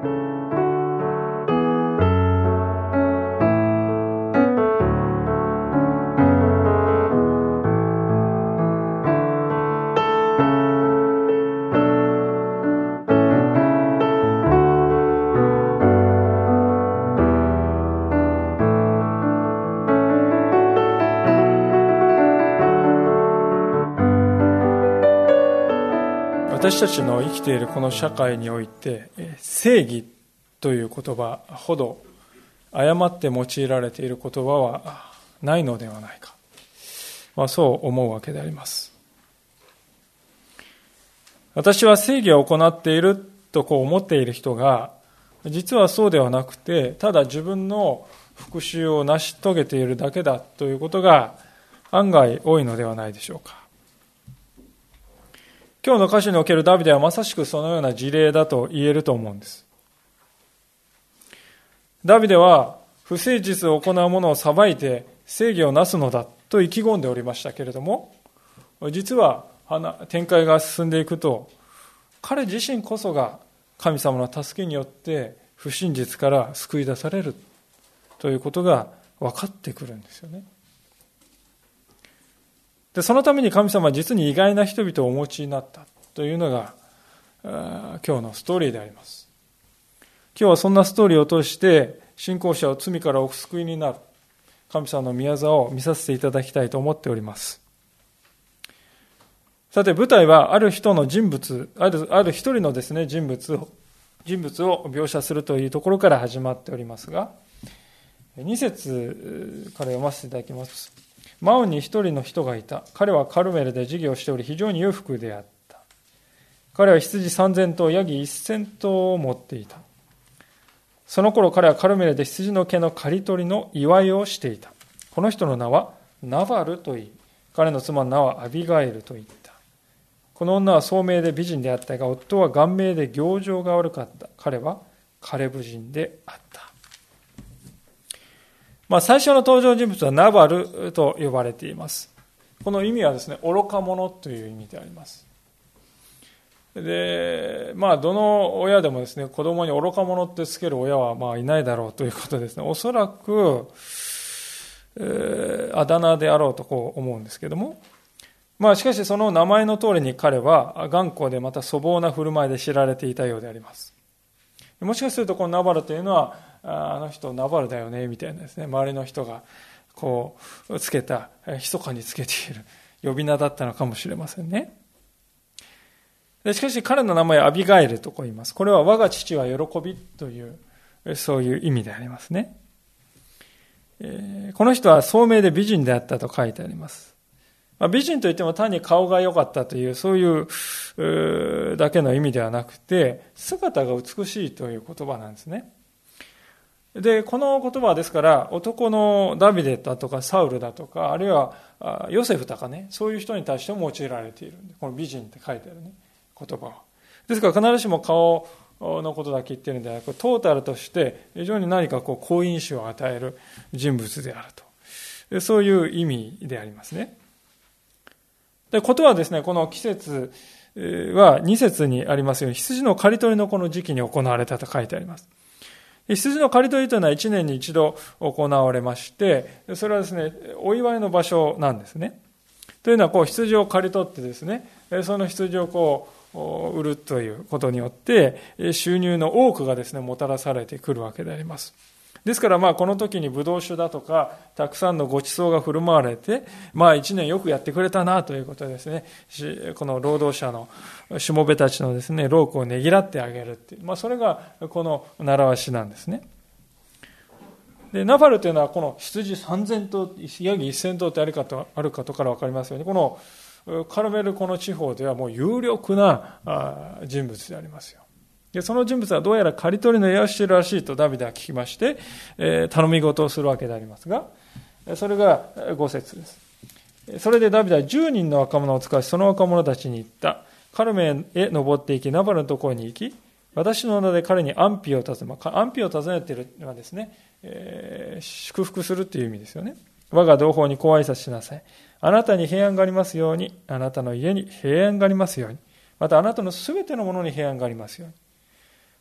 私たちの生きているこの社会において、正義という言葉ほど誤って用いられている言葉はないのではないか、そう思うわけであります。私は正義を行っていると思っている人が、実はそうではなくて、ただ自分の復讐を成し遂げているだけだということが案外多いのではないでしょうか。今日の歌詞におけるダビデはまさしくそのような事例だと言えると思うんです。ダビデは不誠実を行う者を裁いて正義をなすのだと意気込んでおりましたけれども、実は展開が進んでいくと、彼自身こそが神様の助けによって不真実から救い出されるということが分かってくるんですよね。でそのために神様は実に意外な人々をお持ちになったというのが今日のストーリーであります。今日はそんなストーリーを通して信仰者を罪からお救いになる神様の御業を見させていただきたいと思っております。さて舞台はある人の人物、ある一人のですね人物を描写するというところから始まっておりますが、2節から読ませていただきます。マオンに一人の人がいた。彼はカルメルで事業をしており非常に裕福であった。彼は羊3000頭、ヤギ1000頭を持っていた。その頃彼はカルメルで羊の毛の刈り取りの祝いをしていた。この人の名はナバルといい、彼の妻の名はアビガイルと言った。この女は聡明で美人であったが、夫は顔面で行情が悪かった。彼はカレブ人であった。最初の登場人物はナバルと呼ばれています。この意味はですね、愚か者という意味であります。で、どの親でもですね、子供に愚か者ってつける親はいないだろうということですね。おそらく、あだ名であろうと思うんですけども、しかしその名前の通りに彼は頑固でまた粗暴な振る舞いで知られていたようであります。もしかするとこのナバルというのは、あの人ナバルだよねみたいなですね、周りの人がつけた、密かにつけている呼び名だったのかもしれませんね。でしかし彼の名前はアビガイルと言います。これは我が父は喜びというそういう意味でありますね。この人は聡明で美人であったと書いてあります。美人といっても単に顔が良かったというそういうだけの意味ではなくて、姿が美しいという言葉なんですね。でこの言葉はですから男のダビデだとかサウルだとか、あるいはヨセフとかね、そういう人に対しても用いられているんで、この美人って書いてあるね言葉はですから、必ずしも顔のことだけ言ってるんではなく、トータルとして非常に何か好印象を与える人物であると、そういう意味でありますね。でことはですね、この季節は2節にありますように、羊の刈り取りのこの時期に行われたと書いてあります。羊の刈り取りというのは1年に一度行われまして、それはですね、お祝いの場所なんですね。というのは羊を刈り取ってですね、その羊を売るということによって収入の多くがですねもたらされてくるわけであります。ですからこの時にブドウ酒だとかたくさんのご馳走が振る舞われて、一年よくやってくれたなということでですね、この労働者のしもべたちのですね労苦をねぎらってあげるっていう、それがこの習わしなんですね。でナバルというのはこの羊3000頭、ヤギ1000頭ってあるかとから分かりますように、このカルメルこの地方ではもう有力な人物でありますよ。でその人物はどうやら刈り取りの絵をしているらしいとダビデは聞きまして、頼み事をするわけでありますが、それが5節です。それでダビデは10人の若者を使わし、その若者たちに言った。カルメへ登っていき、ナバルのところに行き、私の名で彼に安否を尋ね、安否を尋ねているのはですね、祝福するという意味ですよね。我が同胞にご挨拶しなさい。あなたに平安がありますように、あなたの家に平安がありますように、またあなたのすべてのものに平安がありますように。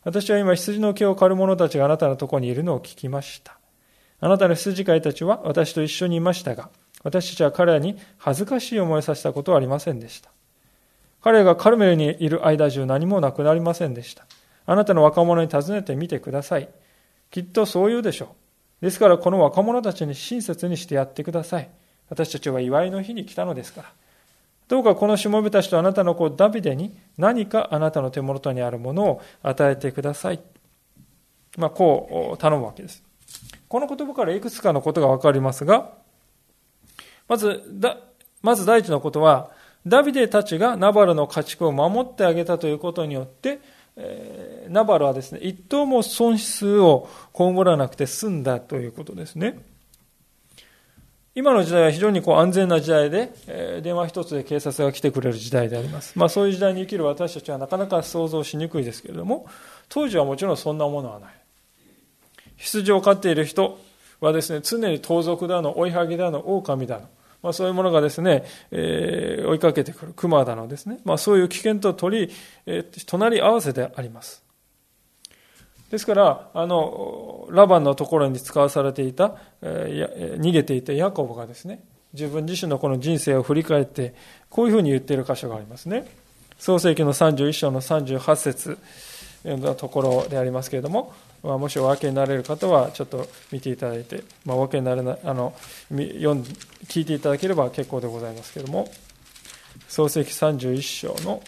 私は今羊の毛を刈る者たちがあなたのところにいるのを聞きました。あなたの羊飼いたちは私と一緒にいましたが、私たちは彼らに恥ずかしい思いをさせたことはありませんでした。彼らがカルメルにいる間中何もなくなりませんでした。あなたの若者に尋ねてみてください。きっとそう言うでしょう。ですからこの若者たちに親切にしてやってください。私たちは祝いの日に来たのですから。どうかこのしもべたちとあなたの子ダビデに何かあなたの手元にあるものを与えてください。こう頼むわけです。この言葉からいくつかのことがわかりますが、まず第一のことは、ダビデたちがナバルの家畜を守ってあげたということによって、ナバルはですね、一頭も損失を被らなくて済んだということですね。今の時代は非常に安全な時代で、電話一つで警察が来てくれる時代であります。そういう時代に生きる私たちはなかなか想像しにくいですけれども、当時はもちろんそんなものはない。羊を飼っている人はですね、常に盗賊だの、追いはぎだの、狼だの、そういうものがですね、追いかけてくる、熊だのですね、そういう危険と隣り合わせであります。ですから、ラバンのところに使わされていた、逃げていたヤコブがですね、自分自身のこの人生を振り返って、こういうふうに言っている箇所がありますね。創世記の31章の38節のところでありますけれども、もしお分けになれる方はちょっと見ていただいて、お分けになれない聞いていただければ結構でございますけれども、創世記31章の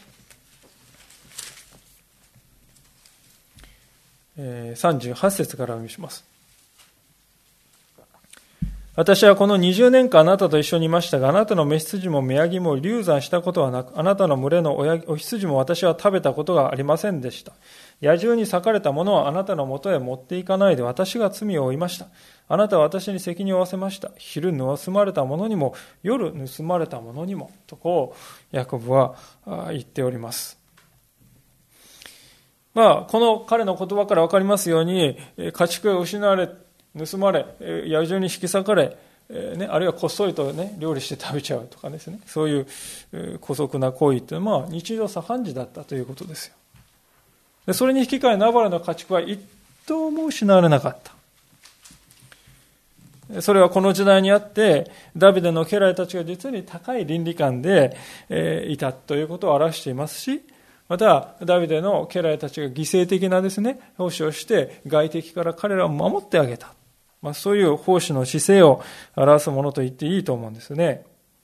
38節からお読みします。私はこの20年間あなたと一緒にいましたが、あなたの雌羊も雌ヤギも流産したことはなく、あなたの群れのお羊も私は食べたことがありませんでした。野獣に裂かれたものはあなたのもとへ持っていかないで私が罪を負いました。あなたは私に責任を負わせました。昼盗まれたものにも、夜盗まれたものにも、とこう、ヤコブは言っております。この彼の言葉から分かりますように、家畜が失われ、盗まれ、野獣に引き裂かれ、あるいはこっそりと料理して食べちゃうとかですね、そういう姑息な行為というのは日常茶飯事だったということですよ。でそれに引き換えナバルの家畜は一頭も失われなかった。それはこの時代にあってダビデの家来たちが実に高い倫理観でいたということを表していますし、またダビデの家来たちが犠牲的なですね奉仕をして外敵から彼らを守ってあげた、そういう奉仕の姿勢を表すものと言っていいと思うんですね。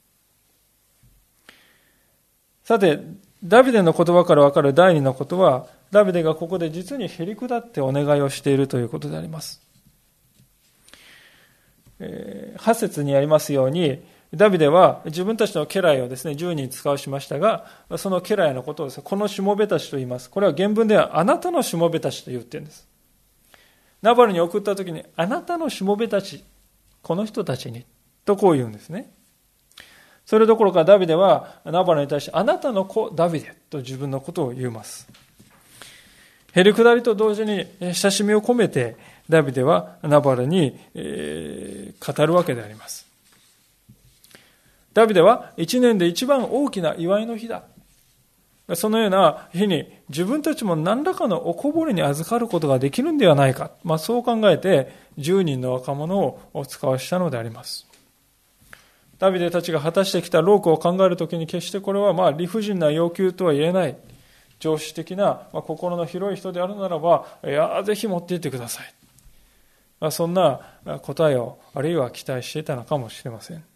さて、ダビデの言葉から分かる第二のことは、ダビデがここで実にへりくだってお願いをしているということであります。8節にありますように、ダビデは自分たちの家来をですね、10人使わしましたが、その家来のことをですね、このしもべたちと言います。これは原文ではあなたのしもべたちと言っているんです。ナバルに送ったときに、あなたのしもべたち、この人たちに、とこう言うんですね。それどころかダビデはナバルに対して、あなたの子ダビデと自分のことを言います。へりくだりと同時に親しみを込めてダビデはナバルに語るわけであります。ダビデは一年で一番大きな祝いの日だ。そのような日に自分たちも何らかのおこぼれに預かることができるんではないか。そう考えて10人の若者を使わしたのであります。ダビデたちが果たしてきた労苦を考えるときに決してこれは理不尽な要求とは言えない。常識的な心の広い人であるならば、ぜひ持っていってください。そんな答えをあるいは期待していたのかもしれません。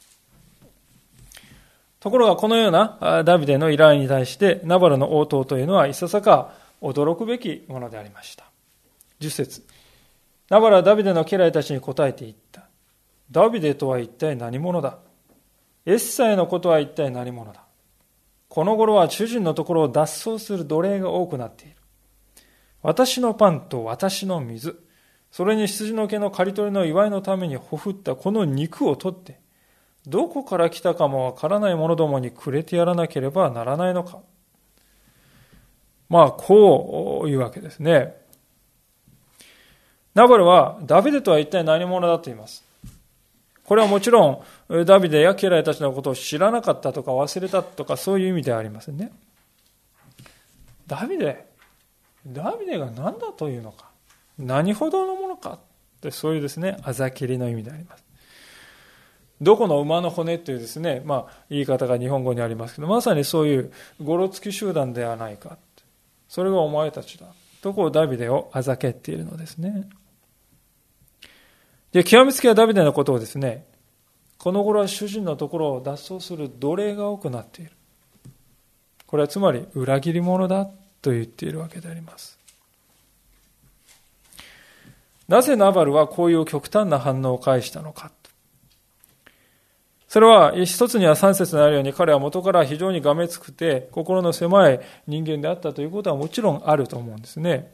ところがこのようなダビデの依頼に対してナバルの応答というのはいささか驚くべきものでありました。10節、ナバルはダビデの家来たちに答えて言った。ダビデとは一体何者だ。エッサイのことは一体何者だ。この頃は主人のところを脱走する奴隷が多くなっている。私のパンと私の水、それに羊の毛の刈り取りの祝いのためにほふったこの肉を取って、どこから来たかもわからない者どもにくれてやらなければならないのか。こういうわけですね。ナバルはダビデとは一体何者だと言います。これはもちろんダビデや家来たちのことを知らなかったとか忘れたとかそういう意味ではありませんね。ダビデダビデが何だというのか、何ほどのものかって、そういうですね、あざきりの意味であります。どこの馬の骨というですね、言い方が日本語にありますけど、まさにそういうゴロつき集団ではないか。それがお前たちだ。とこうダビデをあざけっているのですね。で、極めつけはダビデのことをですね、この頃は主人のところを脱走する奴隷が多くなっている。これはつまり裏切り者だと言っているわけであります。なぜナバルはこういう極端な反応を返したのか。それは一つには3節にあるように、彼は元から非常にがめつくて心の狭い人間であったということはもちろんあると思うんですね。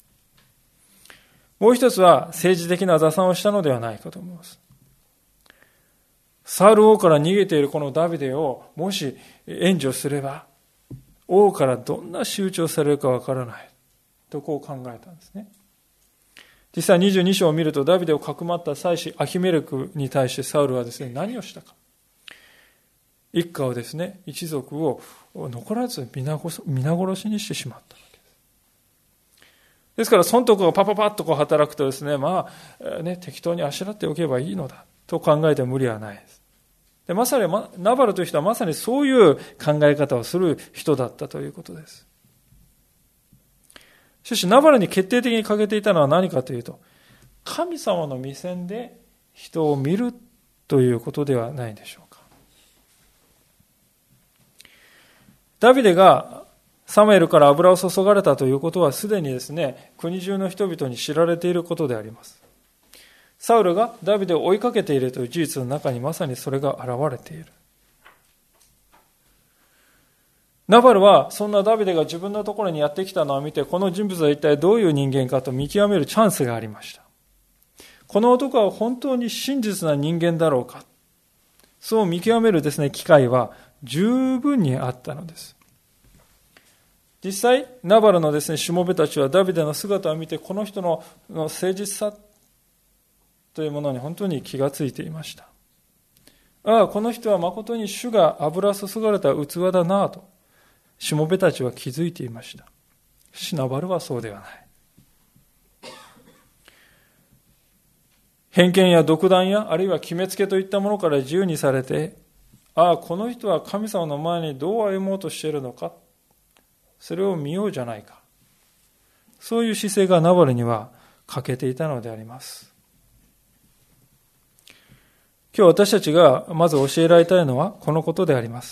もう一つは政治的な打算をしたのではないかと思います。サウル王から逃げているこのダビデをもし援助すれば、王からどんな仕打ちをされるかわからないとこう考えたんですね。実際22章を見ると、ダビデをかくまった妻子アヒメレクに対してサウルはですね、何をしたか。一家をですね、一族を残らず皆殺しにしてしまったわけです。ですから孫徳がパパパッとこう働くとですね、適当にあしらっておけばいいのだと考えても無理はないです。で、まさにナバルという人はまさにそういう考え方をする人だったということです。しかしナバルに決定的に欠けていたのは何かというと、神様の目線で人を見るということではないでしょうか。ダビデがサムエルから油を注がれたということはすでにですね、国中の人々に知られていることであります。サウルがダビデを追いかけているという事実の中にまさにそれが現れている。ナバルはそんなダビデが自分のところにやってきたのを見て、この人物は一体どういう人間かと見極めるチャンスがありました。この男は本当に真実な人間だろうか、そう見極めるですね、機会は十分にあったのです。実際ナバルのですね、しもべたちはダビデの姿を見て、この人の誠実さというものに本当に気がついていました。ああ、この人は誠に主が油注がれた器だなぁとしもべたちは気づいていました。しかしナバルはそうではない。偏見や独断やあるいは決めつけといったものから自由にされて、ああ、この人は神様の前にどう歩もうとしているのか、それを見ようじゃないか、そういう姿勢がナバルには欠けていたのであります。今日私たちがまず教えられたいのはこのことであります。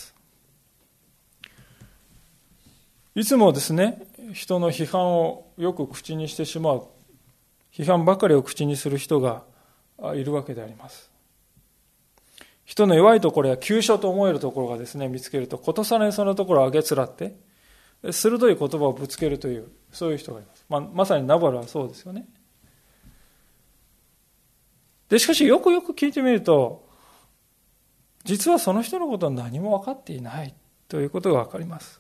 いつもですね、人の批判をよく口にしてしまう、批判ばかりを口にする人がいるわけであります。人の弱いところや急所と思えるところがですね、見つけるとことさらにそのところを上げつらって鋭い言葉をぶつけるという、そういう人がいます。まさにナバルはそうですよね。でしかしよくよく聞いてみると、実はその人のことは何も分かっていないということが分かります。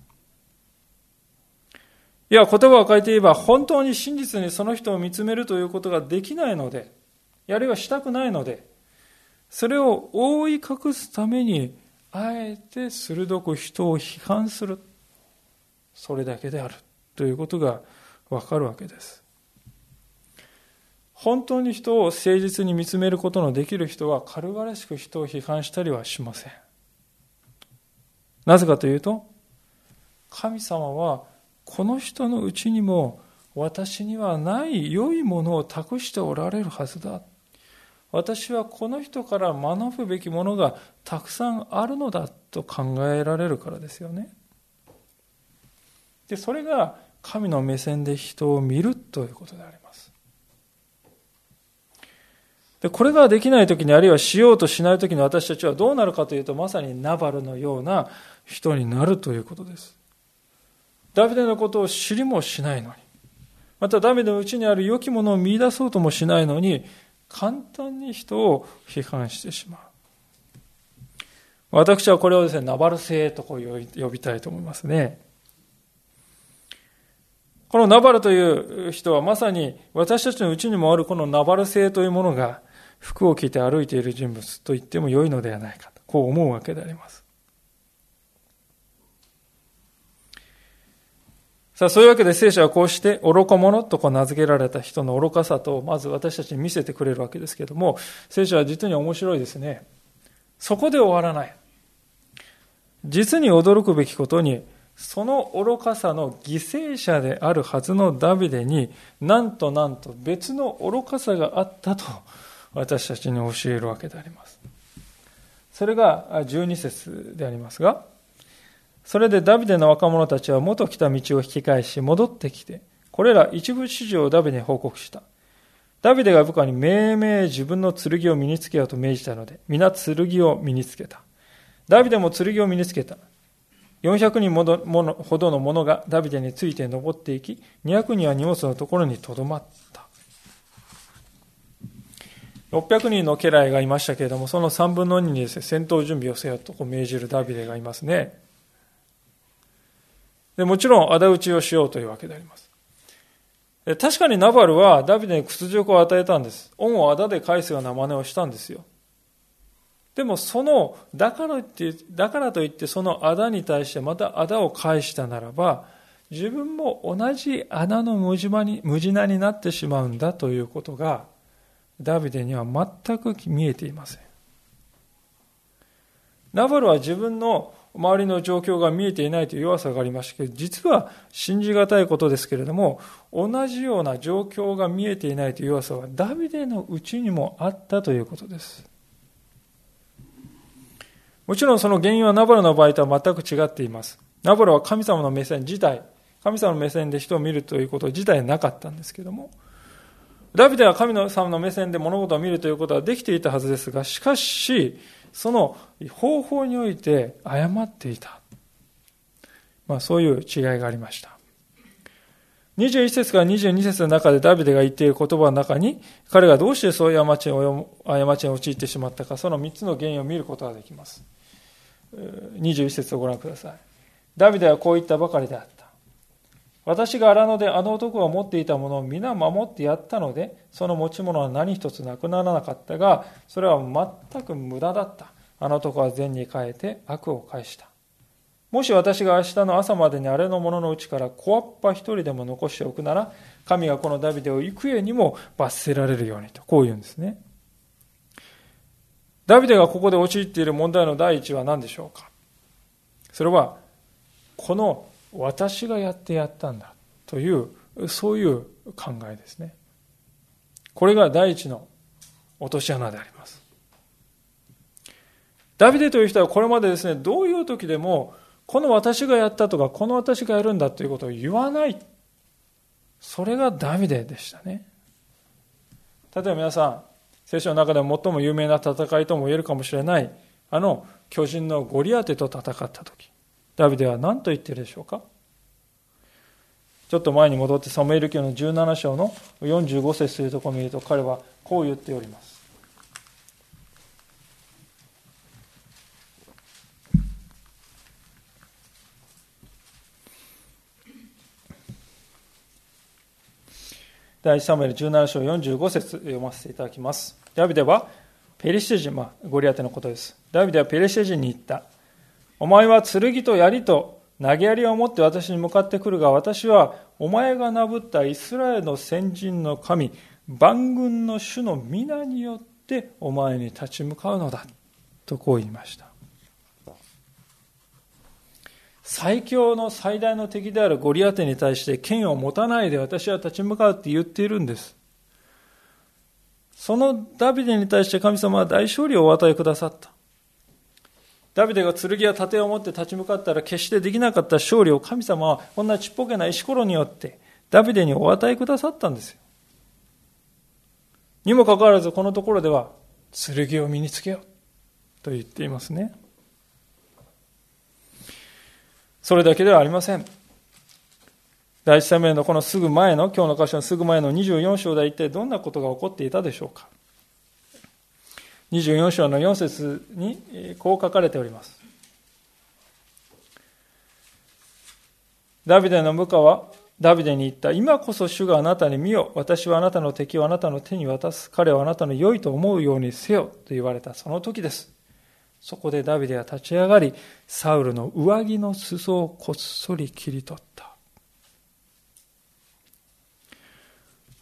いや、言葉を変えて言えば、本当に真実にその人を見つめるということができないので、あるいはしたくないので、それを覆い隠すためにあえて鋭く人を批判する、それだけであるということが分かるわけです。本当に人を誠実に見つめることのできる人は軽々しく人を批判したりはしません。なぜかというと、神様はこの人のうちにも私にはない良いものを託しておられるはずだ。私はこの人から学ぶべきものがたくさんあるのだと考えられるからですよね。で、それが神の目線で人を見るということであります。で、これができないときに、あるいはしようとしないときに私たちはどうなるかというと、まさにナバルのような人になるということです。ダビデのことを知りもしないのに、またダビデのうちにある良きものを見出そうともしないのに、簡単に人を批判してしまう。私はこれをですね、ナバル性と呼びたいと思いますね。このナバルという人はまさに私たちのうちにもあるこのナバル性というものが服を着て歩いている人物と言っても良いのではないかと、こう思うわけであります。 さあ、そういうわけで聖書はこうして愚か者と名付けられた人の愚かさとまず私たちに見せてくれるわけですけれども、聖書は実に面白いですね。そこで終わらない。実に驚くべきことに、その愚かさの犠牲者であるはずのダビデになんと別の愚かさがあったと私たちに教えるわけであります。それが12節でありますが、それでダビデの若者たちは元来た道を引き返し戻ってきて、これら一部始終をダビデに報告した。ダビデが部下に命名自分の剣を身につけようと命じたので、皆剣を身につけた。ダビデも剣を身につけた。400人ほどの者がダビデについて登っていき、200人は荷物のところにとどまった。600人の家来がいましたけれども、その3分の2にですね、戦闘準備をせよと命じるダビデがいますね。でもちろん仇討ちをしようというわけであります。確かにナバルはダビデに屈辱を与えたんです。恩を仇で返すような真似をしたんですよ。でもだからといってその仇に対してまた仇を返したならば、自分も同じ穴のムジナになってしまうんだということがダビデには全く見えていません。ナバルは自分の周りの状況が見えていないという弱さがありましたけど、実は信じがたいことですけれども、同じような状況が見えていないという弱さはダビデのうちにもあったということです。もちろんその原因はナバルの場合とは全く違っています。ナバルは神様の目線自体、神様の目線で人を見るということ自体なかったんですけれども、ダビデは神様の目線で物事を見るということはできていたはずですが、しかしその方法において誤っていた。そういう違いがありました。21節から22節の中でダビデが言っている言葉の中に、彼がどうしてそういう過ちに陥ってしまったか、その3つの原因を見ることができます。21節をご覧ください。ダビデはこう言ったばかりであった。私が荒野であの男が持っていたものを皆守ってやったので、その持ち物は何一つなくならなかったが、それは全く無駄だった。あの男は善に変えて悪を返した。もし私が明日の朝までにあれのもののうちから小っぱ一人でも残しておくなら、神がこのダビデを幾重にも罰せられるようにと、こう言うんですね。ダビデがここで陥っている問題の第一は何でしょうか。それはこの私がやったんだという、そういう考えですね。これが第一の落とし穴であります。ダビデという人はこれまでですね、どういう時でもこの私がやったとかこの私がやるんだということを言わない、それがダビデでしたね。例えば皆さん、聖書の中でも最も有名な戦いとも言えるかもしれない、あの巨人のゴリアテと戦った時、ダビデは何と言っているでしょうか。ちょっと前に戻ってサムエル記の17章の45節というところを見ると、彼はこう言っております。第1サムエル17章45節読ませていただきます。ダビデはペリシテ人、ゴリアテのことです。ダビデはペリシテ人に言った。お前は剣と槍と投げ槍を持って私に向かってくるが、私はお前がなぶったイスラエルの先人の神、万軍の主の皆によってお前に立ち向かうのだとこう言いました。最強の最大の敵であるゴリアテに対して剣を持たないで私は立ち向かうって言っているんです。そのダビデに対して神様は大勝利をお与えくださった。ダビデが剣や盾を持って立ち向かったら決してできなかった勝利を神様はこんなちっぽけな石ころによってダビデにお与えくださったんですよ。にもかかわらずこのところでは剣を身につけようと言っていますね。それだけではありません。第一サムエルのこのすぐ前の、今日の箇所のすぐ前の24章では一体どんなことが起こっていたでしょうか。24章の4節にこう書かれております。ダビデの部下はダビデに言った。今こそ主があなたに見よ。私はあなたの敵をあなたの手に渡す。彼はあなたの良いと思うようにせよと言われたその時です。そこでダビデは立ち上がり、サウルの上着の裾をこっそり切り取った。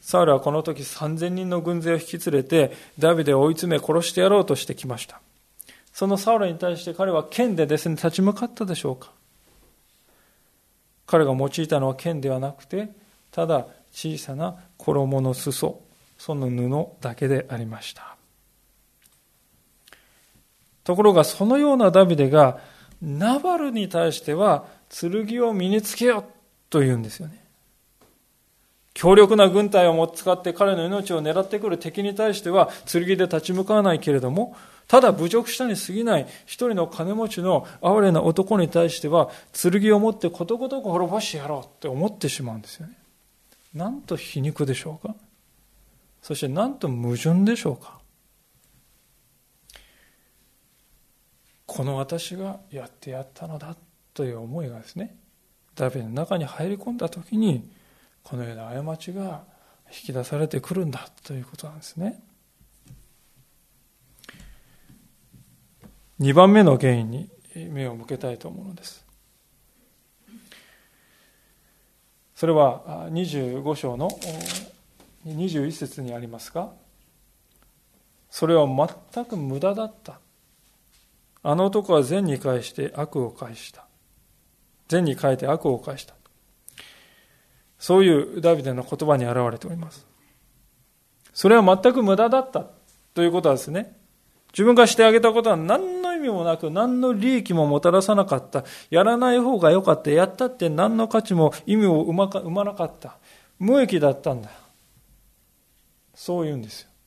サウルはこの時3000人の軍勢を引き連れてダビデを追い詰め殺してやろうとしてきました。そのサウルに対して彼は剣でですね、立ち向かったでしょうか。彼が用いたのは剣ではなくて、ただ小さな衣の裾、その布だけでありました。ところがそのようなダビデがナバルに対しては剣を身につけよと言うんですよね。強力な軍隊を使って彼の命を狙ってくる敵に対しては剣で立ち向かわないけれども、ただ侮辱したに過ぎない一人の金持ちの哀れな男に対しては剣を持ってことごとく滅ぼしてやろうって思ってしまうんですよね。なんと皮肉でしょうか。そしてなんと矛盾でしょうか。この私がやってやったのだという思いがですね、ダビデの中に入り込んだときにこのような過ちが引き出されてくるんだということなんですね。2番目の原因に目を向けたいと思うのです。それは25章の21節にありますが、それは全く無駄だった。あの男は善に返して悪を返した。善に変えて悪を返した。そういうダビデの言葉に表れております。それは全く無駄だったということはですね、自分がしてあげたことは何の意味もなく、何の利益ももたらさなかった。やらない方が良かった。やったって何の価値も意味を生まなかった。無益だったんだ。そう言うんですよ。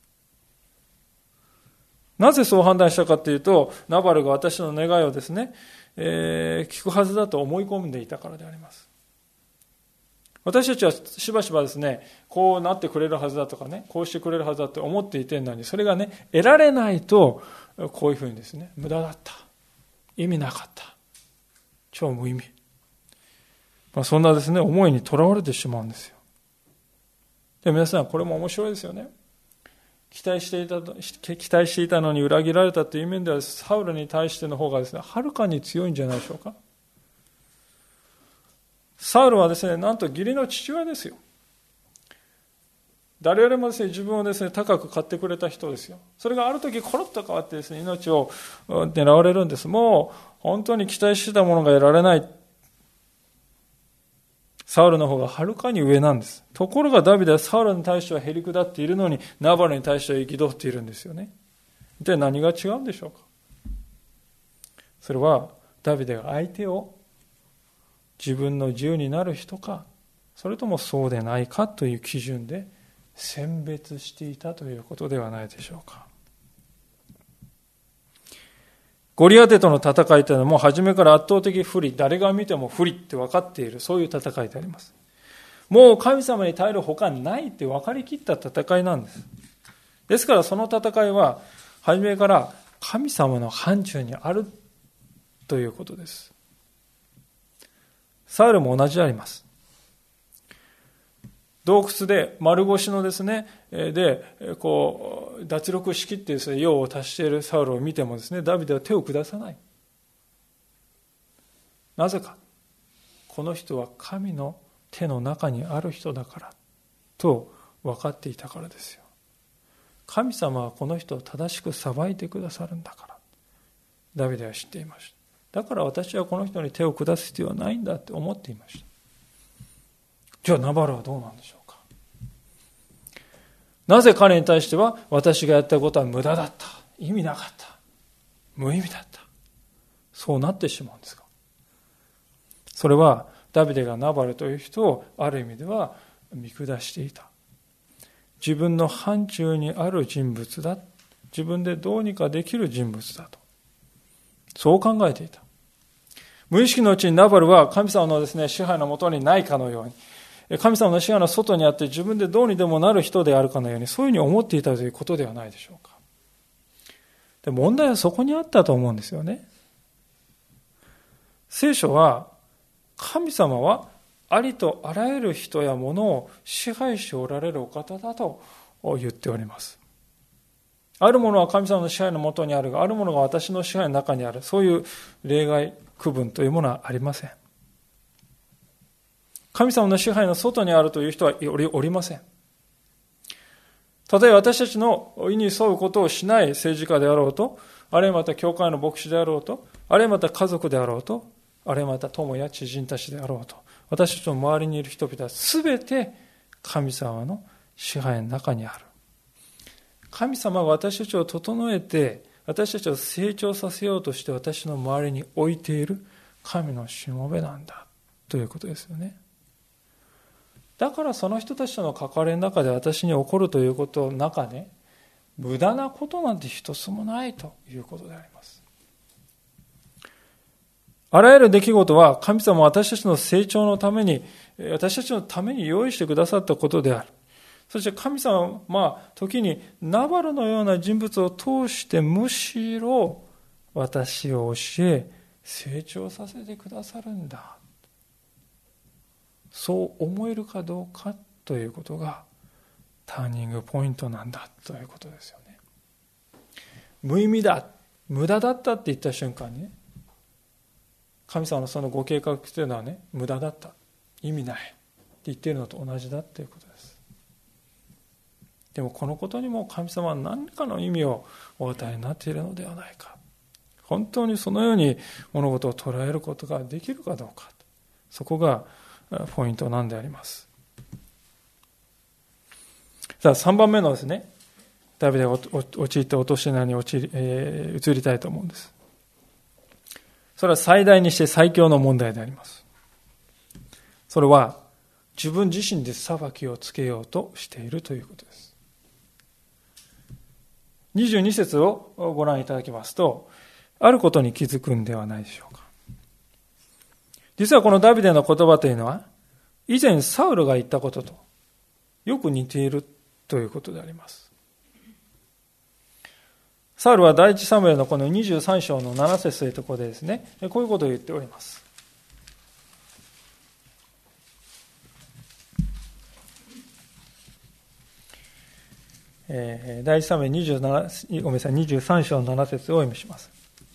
なぜそう判断したかというと、ナバルが私の願いをですね、聞くはずだと思い込んでいたからであります。私たちはしばしばですね、こうなってくれるはずだとかね、こうしてくれるはずだと思っていてんのに、それがね、得られないと、こういうふうにですね、無駄だった。意味なかった。超無意味。そんなですね、思いにとらわれてしまうんですよ。で、皆さん、これも面白いですよね。期待していたのに裏切られたという面では、サウルに対しての方がですね、はるかに強いんじゃないでしょうか。サウルはですね、なんと義理の父親ですよ。誰よりもですね、自分をですね、高く買ってくれた人ですよ。それがある時コロッと変わってですね、命を狙われるんです。もう本当に期待してたものが得られない。サウルの方がはるかに上なんです。ところがダビデはサウルに対してはへりくだっているのに、ナバルに対しては憤っているんですよね。一体何が違うんでしょうか。それはダビデが相手を自分の自由になる人か、それともそうでないかという基準で選別していたということではないでしょうか。ゴリアテとの戦いというのはもう初めから圧倒的不利、誰が見ても不利って分かっている、そういう戦いであります。もう神様に耐えるほかないって分かりきった戦いなんです。ですからその戦いは初めから神様の範疇にあるということです。サウルも同じであります。洞窟で丸腰のですね、こう脱力しきってですね、用を足しているサウルを見てもですね、ダビデは手を下さない。なぜか、この人は神の手の中にある人だからと分かっていたからですよ。神様はこの人を正しく裁いてくださるんだから、ダビデは知っていました。だから私はこの人に手を下す必要はないんだって思っていました。じゃあナバルはどうなんでしょうか。なぜ彼に対しては私がやったことは無駄だった、意味なかった、無意味だった、そうなってしまうんですか。それはダビデがナバルという人をある意味では見下していた。自分の範疇にある人物だ、自分でどうにかできる人物だと、そう考えていた。無意識のうちにナバルは神様のですね、支配のもとにないかのように、神様の支配の外にあって自分でどうにでもなる人であるかのように、そういうふうに思っていたということではないでしょうか。で、問題はそこにあったと思うんですよね。聖書は神様はありとあらゆる人や物を支配しておられるお方だと言っております。あるものは神様の支配のもとにあるが、あるものが私の支配の中にある。そういう例外、区分というものはありません。神様の支配の外にあるという人はおりません。 たとえ私たちの意に沿うことをしない政治家であろうと、あるいはまた教会の牧師であろうと、あるいはまた家族であろうと、あるいはまた友や知人たちであろうと、私たちの周りにいる人々はすべて神様の支配の中にある。神様が私たちを整えて、私たちを成長させようとして私の周りに置いている神のしもべなんだということですよね。だからその人たちとの関わりの中で私に起こるということの中で、無駄なことなんて一つもないということであります。あらゆる出来事は神様は私たちの成長のために、私たちのために用意してくださったことである。そして神様は時にナバルのような人物を通してむしろ私を教え成長させてくださるんだ。そう思えるかどうかということがターニングポイントなんだということですよね。無意味だ、無駄だったって言った瞬間にね、神様のそのご計画というのはね、無駄だった、意味ないって言っているのと同じだということです。でもこのことにも神様は何かの意味をお与えになっているのではないか。本当にそのように物事を捉えることができるかどうか、そこがポイントなんであります。さあ3番目のですね、ダビデが陥った落とし穴に移りたいと思うんです。それは最大にして最強の問題であります。それは自分自身で裁きをつけようとしているということです。22節をご覧いただきますと、あることに気づくんではないでしょうか。実はこのダビデの言葉というのは、以前サウルが言ったこととよく似ているということであります。サウルは第一サムエルのこの23章の7節というところでですね、こういうことを言っております。第一サムエル23章の7節をお読みします。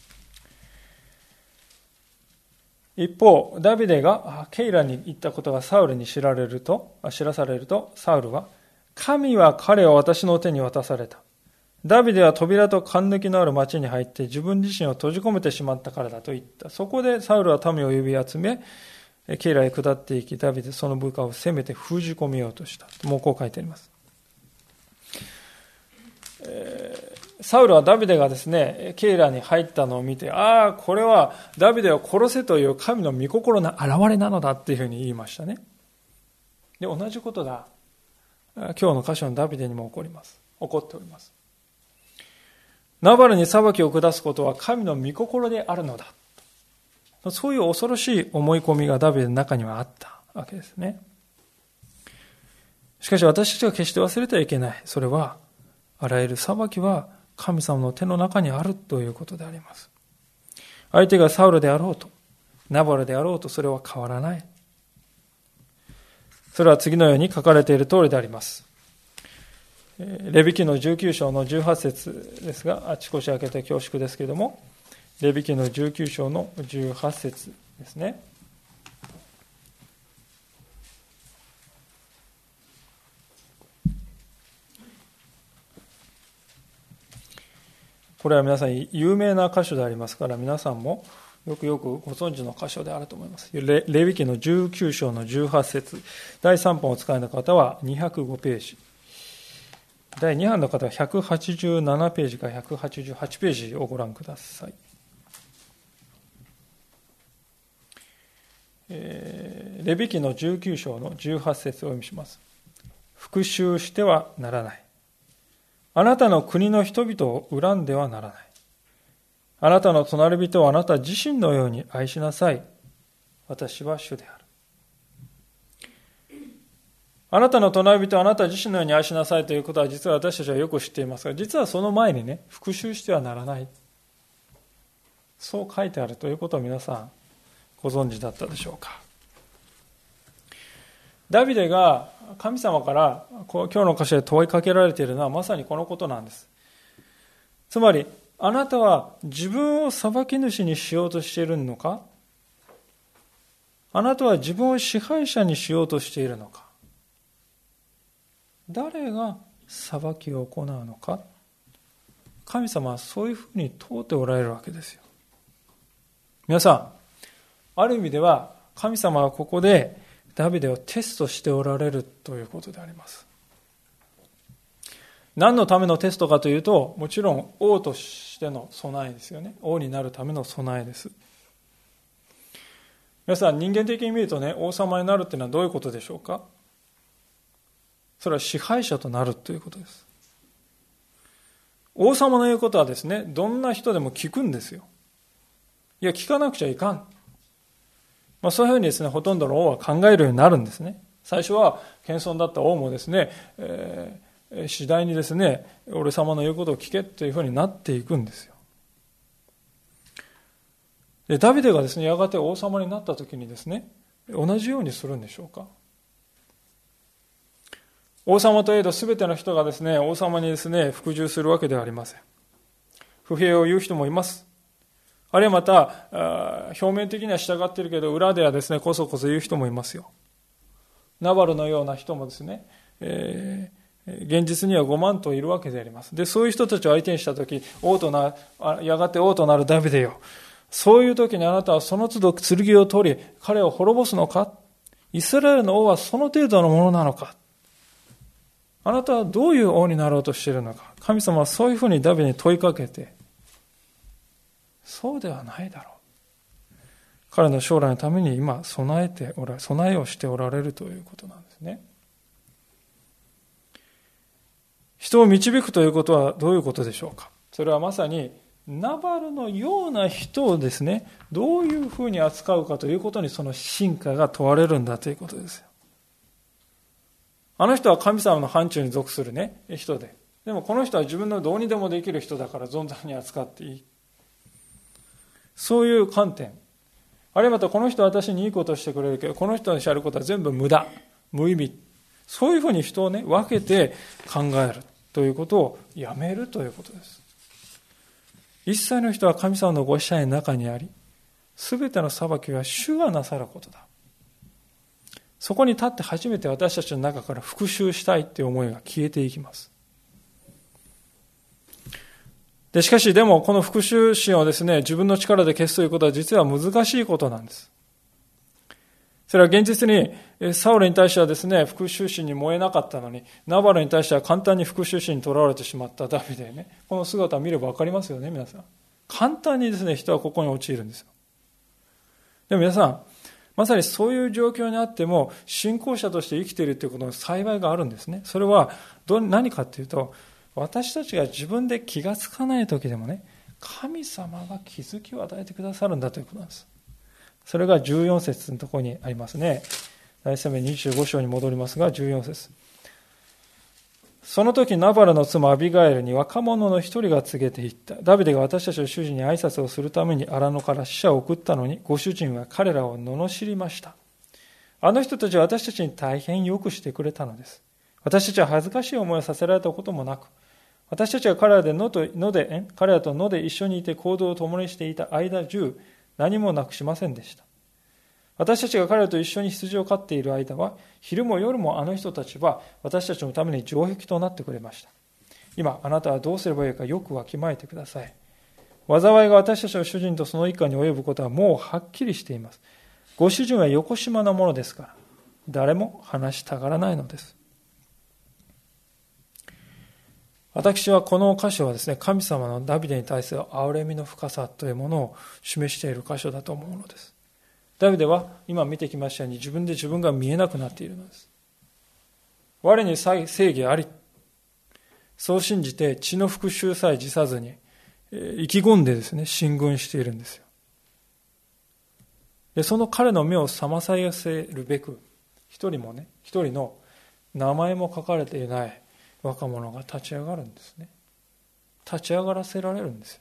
一方、ダビデがケイラに行ったことがサウルに知らされると、サウルは、神は彼を私の手に渡された。ダビデは扉と陥抜きのある町に入って自分自身を閉じ込めてしまったからだと言った。そこでサウルは民を呼び集め、ケイラへ下っていき、ダビデその部下を攻めて封じ込めようとした。もうこう書いてあります。サウルはダビデがですね、ケイラに入ったのを見て、これはダビデを殺せという神の御心の現れなのだっていうふうに言いましたね。で、同じことが今日の箇所のダビデにも起こっております。ナバルに裁きを下すことは神の御心であるのだ。そういう恐ろしい思い込みがダビデの中にはあったわけですね。しかし私たちが決して忘れてはいけない。それは、あらゆる裁きは神様の手の中にあるということであります。相手がサウルであろうと、ナバルであろうと、それは変わらない。それは次のように書かれている通りであります。レビ記の19章の18節ですが、あちこち開けて恐縮ですけれども、レビ記の19章の18節ですね。これは皆さん有名な箇所でありますから、皆さんもよくご存知の箇所であると思います。レビ記の19章の18節、第3版を使いの方は205ページ。第2版の方は187ページから188ページをご覧ください。レビ記の19章の18節をお読みします。復讐してはならない。あなたの国の人々を恨んではならない。あなたの隣人をあなた自身のように愛しなさい。私は主である。あなたの隣人をあなた自身のように愛しなさいということは実は私たちはよく知っていますが、実はその前にね、復讐してはならない。そう書いてあるということを皆さんご存知だったでしょうか。ダビデが神様から今日の箇所で問いかけられているのはまさにこのことなんです。つまり、あなたは自分を裁き主にしようとしているのか、あなたは自分を支配者にしようとしているのか、誰が裁きを行うのか。神様はそういうふうに問うておられるわけですよ。皆さん、ある意味では神様はここでダビデをテストしておられるということであります。何のためのテストかというと、もちろん王としての備えですよね。王になるための備えです。皆さん、人間的に見るとね、王様になるっていうのはどういうことでしょうか。それは支配者となるということです。王様の言うことはですね、どんな人でも聞くんですよ。いや、聞かなくちゃいかん。そういうふうにですね、ほとんどの王は考えるようになるんですね。最初は謙遜だった王もですね、次第にですね、俺様の言うことを聞けというふうになっていくんですよ。で、ダビデがですね、やがて王様になった時にですね、同じようにするんでしょうか。王様といえど全ての人がですね、王様にですね、服従するわけではありません。不平を言う人もいます。あるいはまた、表面的には従っているけど、裏ではですね、こそこそ言う人もいますよ。ナバルのような人もですね、現実には5万といるわけであります。で、そういう人たちを相手にしたとき、やがて王となるダビデよ。そういう時にあなたはその都度剣を取り、彼を滅ぼすのか？イスラエルの王はその程度のものなのか？あなたはどういう王になろうとしているのか？神様はそういうふうにダビデに問いかけて、そうではないだろう。彼の将来のために今備えをしておられるということなんですね。人を導くということはどういうことでしょうか。それはまさにナバルのような人をですね、どういうふうに扱うかということにその真価が問われるんだということですよ。あの人は神様の範疇に属するね、人で。でもこの人は自分のどうにでもできる人だから存在に扱っていい。そういう観点。あるいはまたこの人は私にいいことをしてくれるけど、この人にしゃることは全部無駄、無意味。そういうふうに人をね、分けて考えるということをやめるということです。一切の人は神様のご支配の中にあり、すべての裁きは主がなさることだ。そこに立って初めて私たちの中から復讐したいという思いが消えていきます。でしかしでもこの復讐心をですね、自分の力で消すということは実は難しいことなんです。それは現実にサウルに対してはですね、復讐心に燃えなかったのに、ナバルに対しては簡単に復讐心にとらわれてしまったダビデね、この姿を見ればわかりますよね、皆さん。簡単にですね、人はここに陥るんですよ。でも皆さん、まさにそういう状況にあっても、信仰者として生きているということの幸いがあるんですね。それは何かというと、私たちが自分で気がつかない時でもね、神様が気づきを与えてくださるんだということなんです。それが14節のところにありますね。第一サムエル25章に戻りますが、14節。その時ナバルの妻アビガエルに若者の一人が告げていった。ダビデが私たちの主人に挨拶をするために荒野から使者を送ったのに、ご主人は彼らを罵りました。あの人たちは私たちに大変よくしてくれたのです。私たちは恥ずかしい思いをさせられたこともなく、私たちが彼らと野で一緒にいて行動を共にしていた間中、何もなくしませんでした。私たちが彼らと一緒に羊を飼っている間は、昼も夜もあの人たちは私たちのために城壁となってくれました。今、あなたはどうすればよいかよくわきまえてください。災いが私たちの主人とその一家に及ぶことはもうはっきりしています。ご主人はよこしまなものですから、誰も話したがらないのです。私はこの箇所はですね、神様のダビデに対する憐れみの深さというものを示している箇所だと思うのです。ダビデは今見てきましたように自分で自分が見えなくなっているのです。我に正義あり、そう信じて血の復讐さえ辞さずに意気込んでですね、進軍しているんですよ。で、その彼の目を覚まさせるべく、一人の名前も書かれていない若者が立ち上がるんですね。立ち上がらせられるんですよ。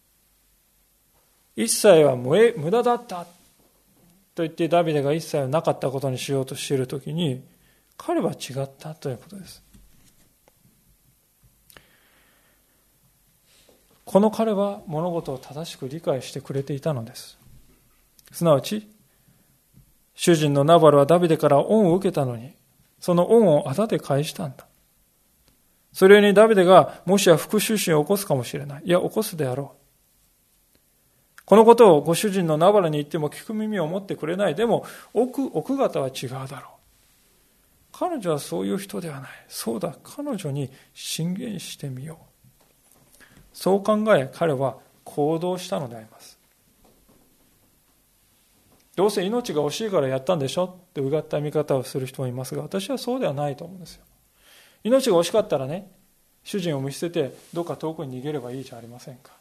一切は無駄だったと言ってダビデが一切はなかったことにしようとしているときに、彼は違ったということです。この彼は物事を正しく理解してくれていたのです。すなわち、主人のナバルはダビデから恩を受けたのに、その恩をあだで返したんだ。 それにダビデがもしや復讐心を起こすかもしれない。いや、起こすであろう。このことをご主人のナバラに言っても聞く耳を持ってくれない。でも、奥方は違うだろう。彼女はそういう人ではない。そうだ、彼女に進言してみよう。そう考え、彼は行動したのであります。どうせ命が惜しいからやったんでしょってうがった見方をする人もいますが、私はそうではないと思うんですよ。命が惜しかったらね、主人を見捨ててどっか遠くに逃げればいいじゃありませんか。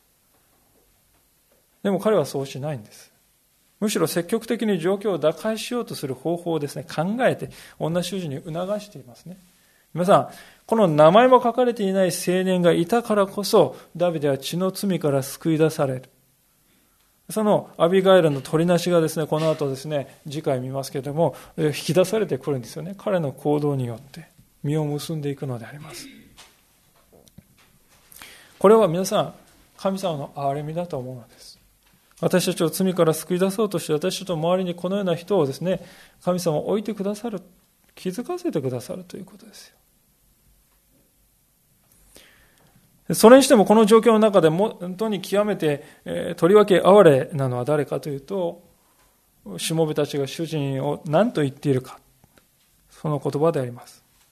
でも彼はそうしないんです。むしろ積極的に状況を打開しようとする方法をですね、考えて女主人に促していますね。皆さん、この名前も書かれていない青年がいたからこそ、ダビデは血の罪から救い出される。そのアビガイルの取りなしがですね、この後ですね、次回見ますけれども、引き出されてくるんですよね。彼の行動によって実を結んでいくのであります。これは皆さん、神様の憐れみだと思うのです。私たちを罪から救い出そうとして、私たちの周りにこのような人をですね、神様を置いてくださる、気づかせてくださるということですよ。それにしてもこの状況の中で本当に極めて、とりわけ哀れなのは誰かというと、しもべたちが主人を何と言っているか、その言葉であります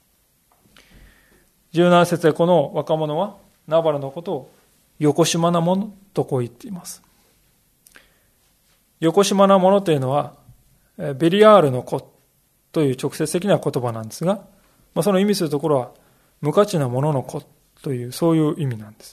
。17節でこの若者はナバラのことをよこしまなものとこう言っています。よこしまなものというのはベリアールの子という直接的な言葉なんですが、その意味するところは無価値なものの子というそういう意味なんです。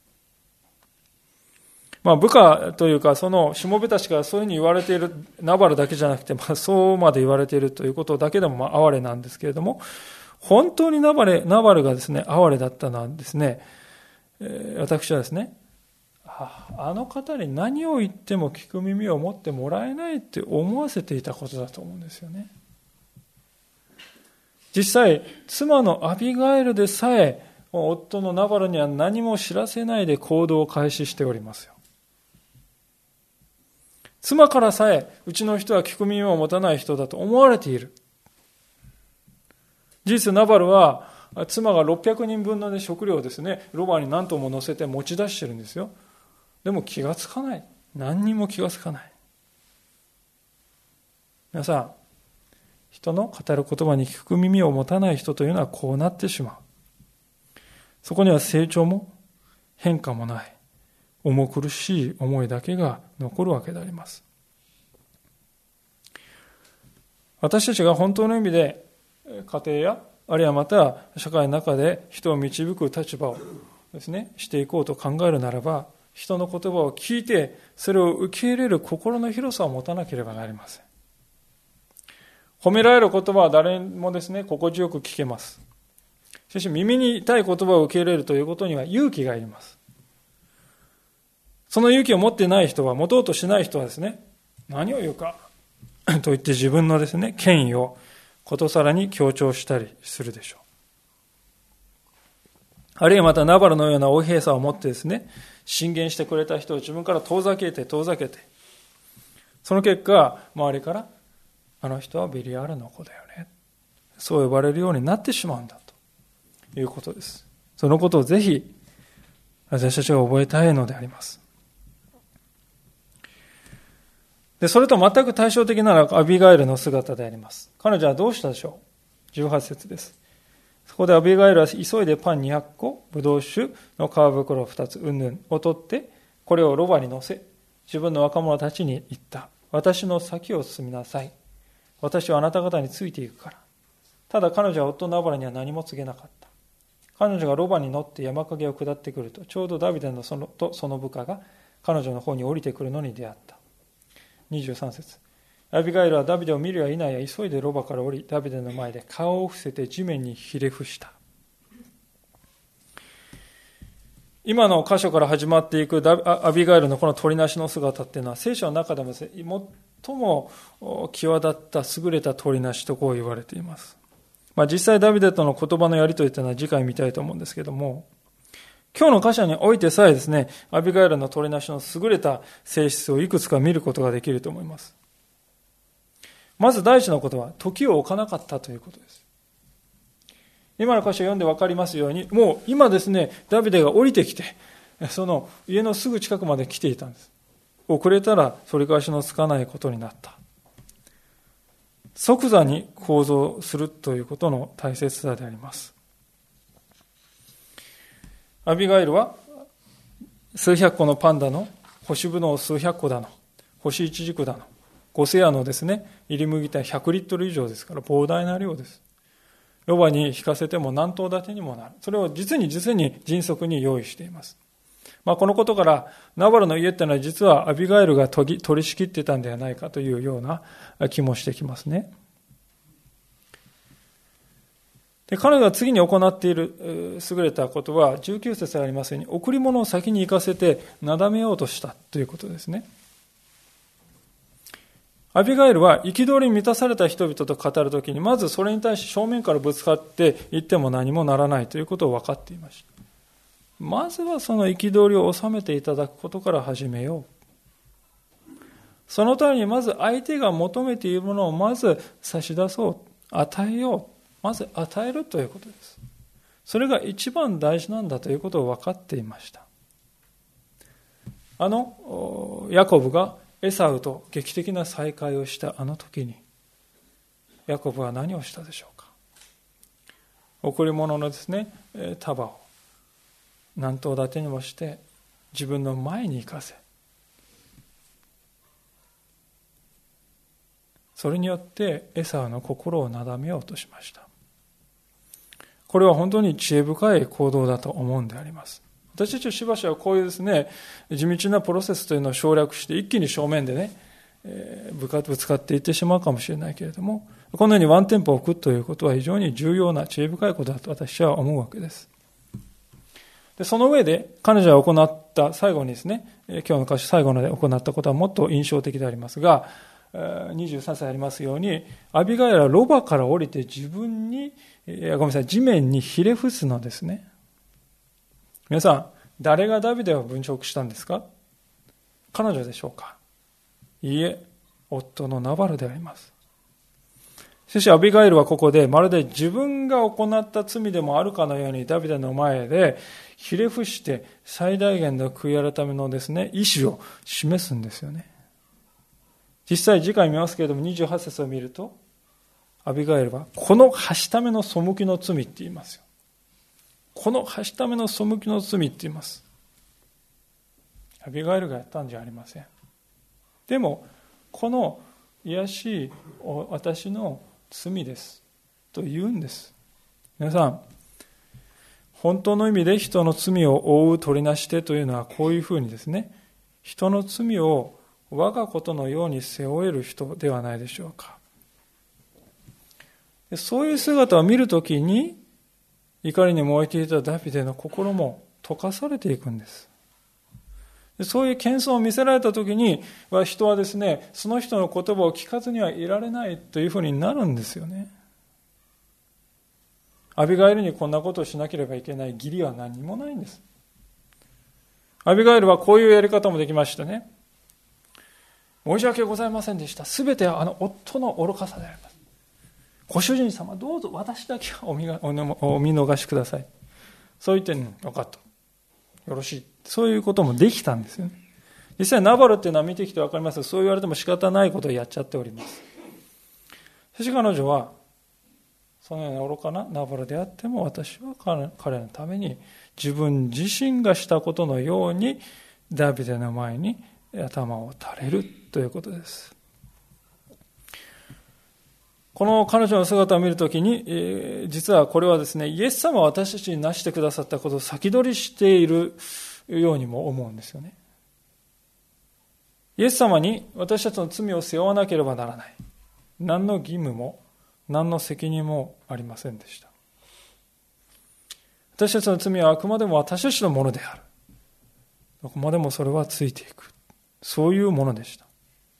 部下というかそのしもべたちがそういうふうに言われているナバルだけじゃなくて、そうまで言われているということだけでも哀れなんですけれども、本当にナバルがですね哀れだったのはですね、私はですね、あの方に何を言っても聞く耳を持ってもらえないって思わせていたことだと思うんですよね。実際妻のアビガイルでさえ夫のナバルには何も知らせないで行動を開始しておりますよ。妻からさえうちの人は聞く耳を持たない人だと思われている。事実ナバルは妻が600人分の、食料をですね、ロバに何頭も乗せて持ち出してるんですよ。でも気がつかない。何にも気がつかない。皆さん、人の語る言葉に聞く耳を持たない人というのはこうなってしまう。そこには成長も変化もない、重苦しい思いだけが残るわけであります。私たちが本当の意味で家庭やあるいはまた社会の中で人を導く立場をですね、していこうと考えるならば、人の言葉を聞いてそれを受け入れる心の広さを持たなければなりません。褒められる言葉は誰もですね、心地よく聞けます。しかし耳に痛い言葉を受け入れるということには勇気がいります。その勇気を持っていない人は、持とうとしない人はですね、何を言うかと言って自分のですね、権威をことさらに強調したりするでしょう。あるいはまたナバルのような横柄さを持ってですね、進言してくれた人を自分から遠ざけて、その結果、周りからあの人はベリアールの子だよね、そう呼ばれるようになってしまうんだということです。そのことをぜひ私たちが覚えたいのであります。で、それと全く対照的なのはアビガイルの姿であります。彼女はどうしたでしょう。18節です。そこでアビガイルは急いでパン200個、ブドウ酒の皮袋2つ、を取って、これをロバに乗せ、自分の若者たちに言った。私の先を進みなさい。私はあなた方についていくから。ただ彼女は夫ナバラには何も告げなかった。彼女がロバに乗って山陰を下ってくると、ちょうどダビデとその部下が彼女の方に降りてくるのに出会った。23節。アビガイルはダビデを見るや否や急いでロバから降り、ダビデの前で顔を伏せて地面にひれ伏した。今の箇所から始まっていくアビガイルのこの取りなしの姿っていうのは、聖書の中でも最も際立った優れた取りなしとこう言われています。実際ダビデとの言葉のやり取りというのは次回見たいと思うんですけども、今日の箇所においてさえですね、アビガイルの取りなしの優れた性質をいくつか見ることができると思います。まず第一のことは、時を置かなかったということです。 今の箇所を読んで分かりますように、もう今ですね、ダビデが降りてきて、その家のすぐ近くまで来ていたんです。遅れたら取り返しのつかないことになった。即座に行動するということの大切さであります。アビガイルは数百個のパンダの干しぶどう数百個だの、干しイチジクだの、5セアのですね、入り麦茶100リットル以上ですから膨大な量です。ロバに引かせても何頭立てにもなる。それを実に迅速に用意しています。このことからナバルの家っていうのは実はアビガイルが取り仕切ってたんではないかというような気もしてきますね。で、彼女が次に行っている優れたことは19節にありますように贈り物を先に行かせてなだめようとしたということですね。アビガイルは憤りに満たされた人々と語るときにまずそれに対して正面からぶつかって言っても何もならないということを分かっていました。まずはその憤りを収めていただくことから始めよう。そのためにまず相手が求めているものをまず差し出そう、与えよう。まず与えるということです。それが一番大事なんだということを分かっていました。ヤコブがエサウと劇的な再会をしたあの時に、ヤコブは何をしたでしょうか。贈り物のですね、束を何頭立てにもして自分の前に行かせ、それによってエサウの心をなだめようとしました。これは本当に知恵深い行動だと思うんであります。私たちしばしばこういうですね、地道なプロセスというのを省略して一気に正面でね、ぶつかっていってしまうかもしれないけれども、このようにワンテンポ置くということは非常に重要な知恵深いことだと私は思うわけです。で、その上で彼女が行った最後にですね、今日の箇所最後まで行ったことはもっと印象的でありますが、23歳ありますように、アビガイルはロバから降りて地面にひれ伏すのですね。皆さん、誰がダビデを侮辱したんですか？彼女でしょうか？いいえ、夫のナバルであります。しかしアビガイルはここでまるで自分が行った罪でもあるかのようにダビデの前でひれ伏して最大限の悔い改めのですね、意思を示すんですよね。実際次回見ますけれども28節を見ると、アビガイルはこのはしための背きの罪って言いますよ。このはしための背きの罪って言います。アビガイルがやったんじゃありません。でもこの卑しい私の罪ですと言うんです。皆さん、本当の意味で人の罪を負う取りなし手というのはこういうふうにですね、人の罪を我がことのように背負える人ではないでしょうか。そういう姿を見るときに怒りに燃えていたダビデの心も溶かされていくんです。そういう謙遜を見せられたときに人はですね、その人の言葉を聞かずにはいられないというふうになるんですよね。アビガイルにこんなことをしなければいけない義理は何もないんです。アビガイルはこういうやり方もできましたね。申し訳ございませんでした。すべては夫の愚かさであります。ご主人様、どうぞ私だけはお見逃しください。そう言って、分かった。よろしい。そういうこともできたんですよね。実際ナバルっていうのは見てきて分かりますが、そう言われても仕方ないことをやっちゃっております。しかし彼女は、そのような愚かなナバルであっても、私は彼のために自分自身がしたことのようにダビデの前に頭を垂れるということです。この彼女の姿を見るときに、実はこれはですね、イエス様は私たちになしてくださったことを先取りしているようにも思うんですよね。イエス様に私たちの罪を背負わなければならない。何の義務も何の責任もありませんでした。私たちの罪はあくまでも私たちのものである。どこまでもそれはついていく。そういうものでした。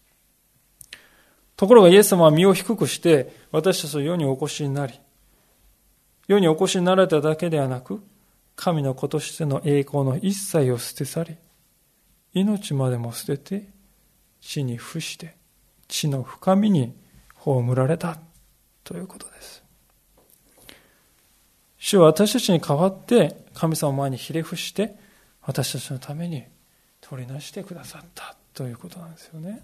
ところがイエス様は身を低くして私たちを世にお越しになり、世にお越しになられただけではなく、神の子としての栄光の一切を捨て去り、命までも捨てて地に伏して地の深みに葬られたということです。 主は私たちに代わって神様の前にひれ伏して私たちのために取りなしてくださったということなんですよね。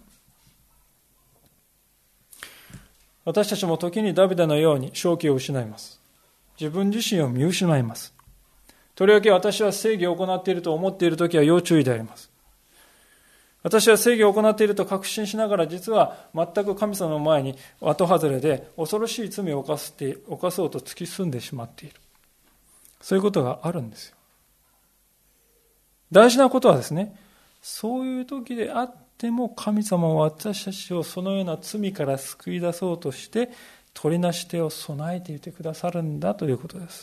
私たちも時にダビデのように正気を失います。自分自身を見失います。とりわけ私は正義を行っていると思っているときは要注意であります。私は正義を行っていると確信しながら、実は全く神様の前に後外れで恐ろしい罪を犯そうと突き進んでしまっている。そういうことがあるんですよ。大事なことはですね、そういう時であっても神様は私たちをそのような罪から救い出そうとして取りなし手を備えていてくださるんだということです。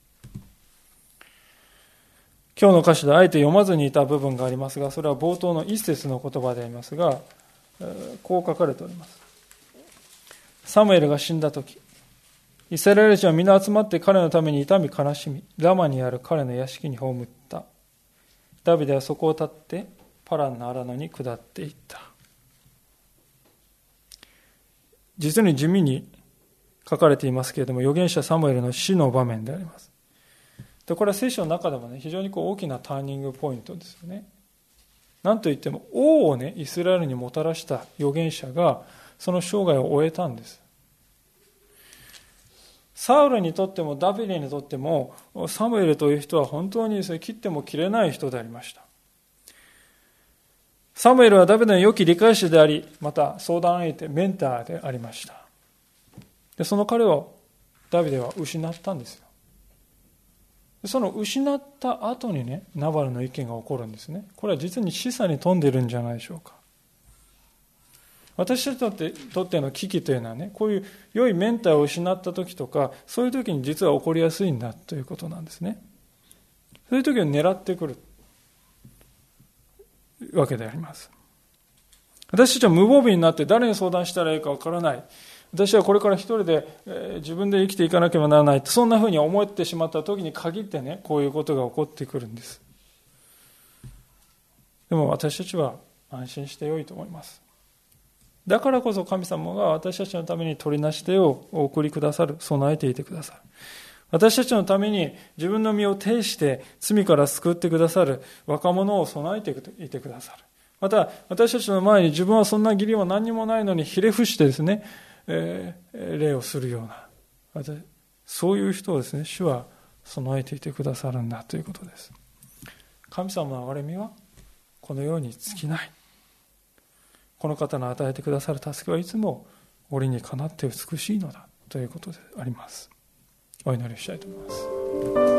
今日の歌詞であえて読まずにいた部分がありますが、それは冒頭の一節の言葉でありますが、こう書かれております。サムエルが死んだ時、イスラエル人は皆集まって彼のために痛み悲しみ、ラマにある彼の屋敷に葬った。ダビデはそこを立ってパランの荒野に下っていった。実に地味に書かれていますけれども、預言者サムエルの死の場面であります。でこれは聖書の中でもね、非常に大きなターニングポイントですよね。なんといっても王をね、イスラエルにもたらした預言者がその生涯を終えたんです。サウルにとってもダビデにとってもサムエルという人は本当に切っても切れない人でありました。サムエルはダビデの良き理解者であり、また相談相手、メンターでありました。でその彼をダビデは失ったんですよ。その失った後にね、ナバルの意見が起こるんですね。これは実に示唆に富んでいるんじゃないでしょうか。私たちにとっての危機というのはね、こういう良いメンターを失った時とか、そういう時に実は起こりやすいんだということなんですね。そういう時を狙ってくるわけであります。私たちは無防備になって誰に相談したらいいかわからない。私はこれから一人で、自分で生きていかなければならない。そんなふうに思ってしまった時に限ってね、こういうことが起こってくるんです。でも私たちは安心してよいと思います。だからこそ神様が私たちのために取りなし手をお送りくださる、備えていてくださる。私たちのために自分の身を挺して罪から救ってくださる若者を備えていてくださる。また私たちの前に自分はそんな義理は何にもないのにひれ伏してですね、礼をするような、そういう人をですね、主は備えていてくださるんだということです。神様の憐れみはこのように尽きない。この方の与えてくださる助けはいつも折にかなって美しいのだということであります。お祈りしたいと思います。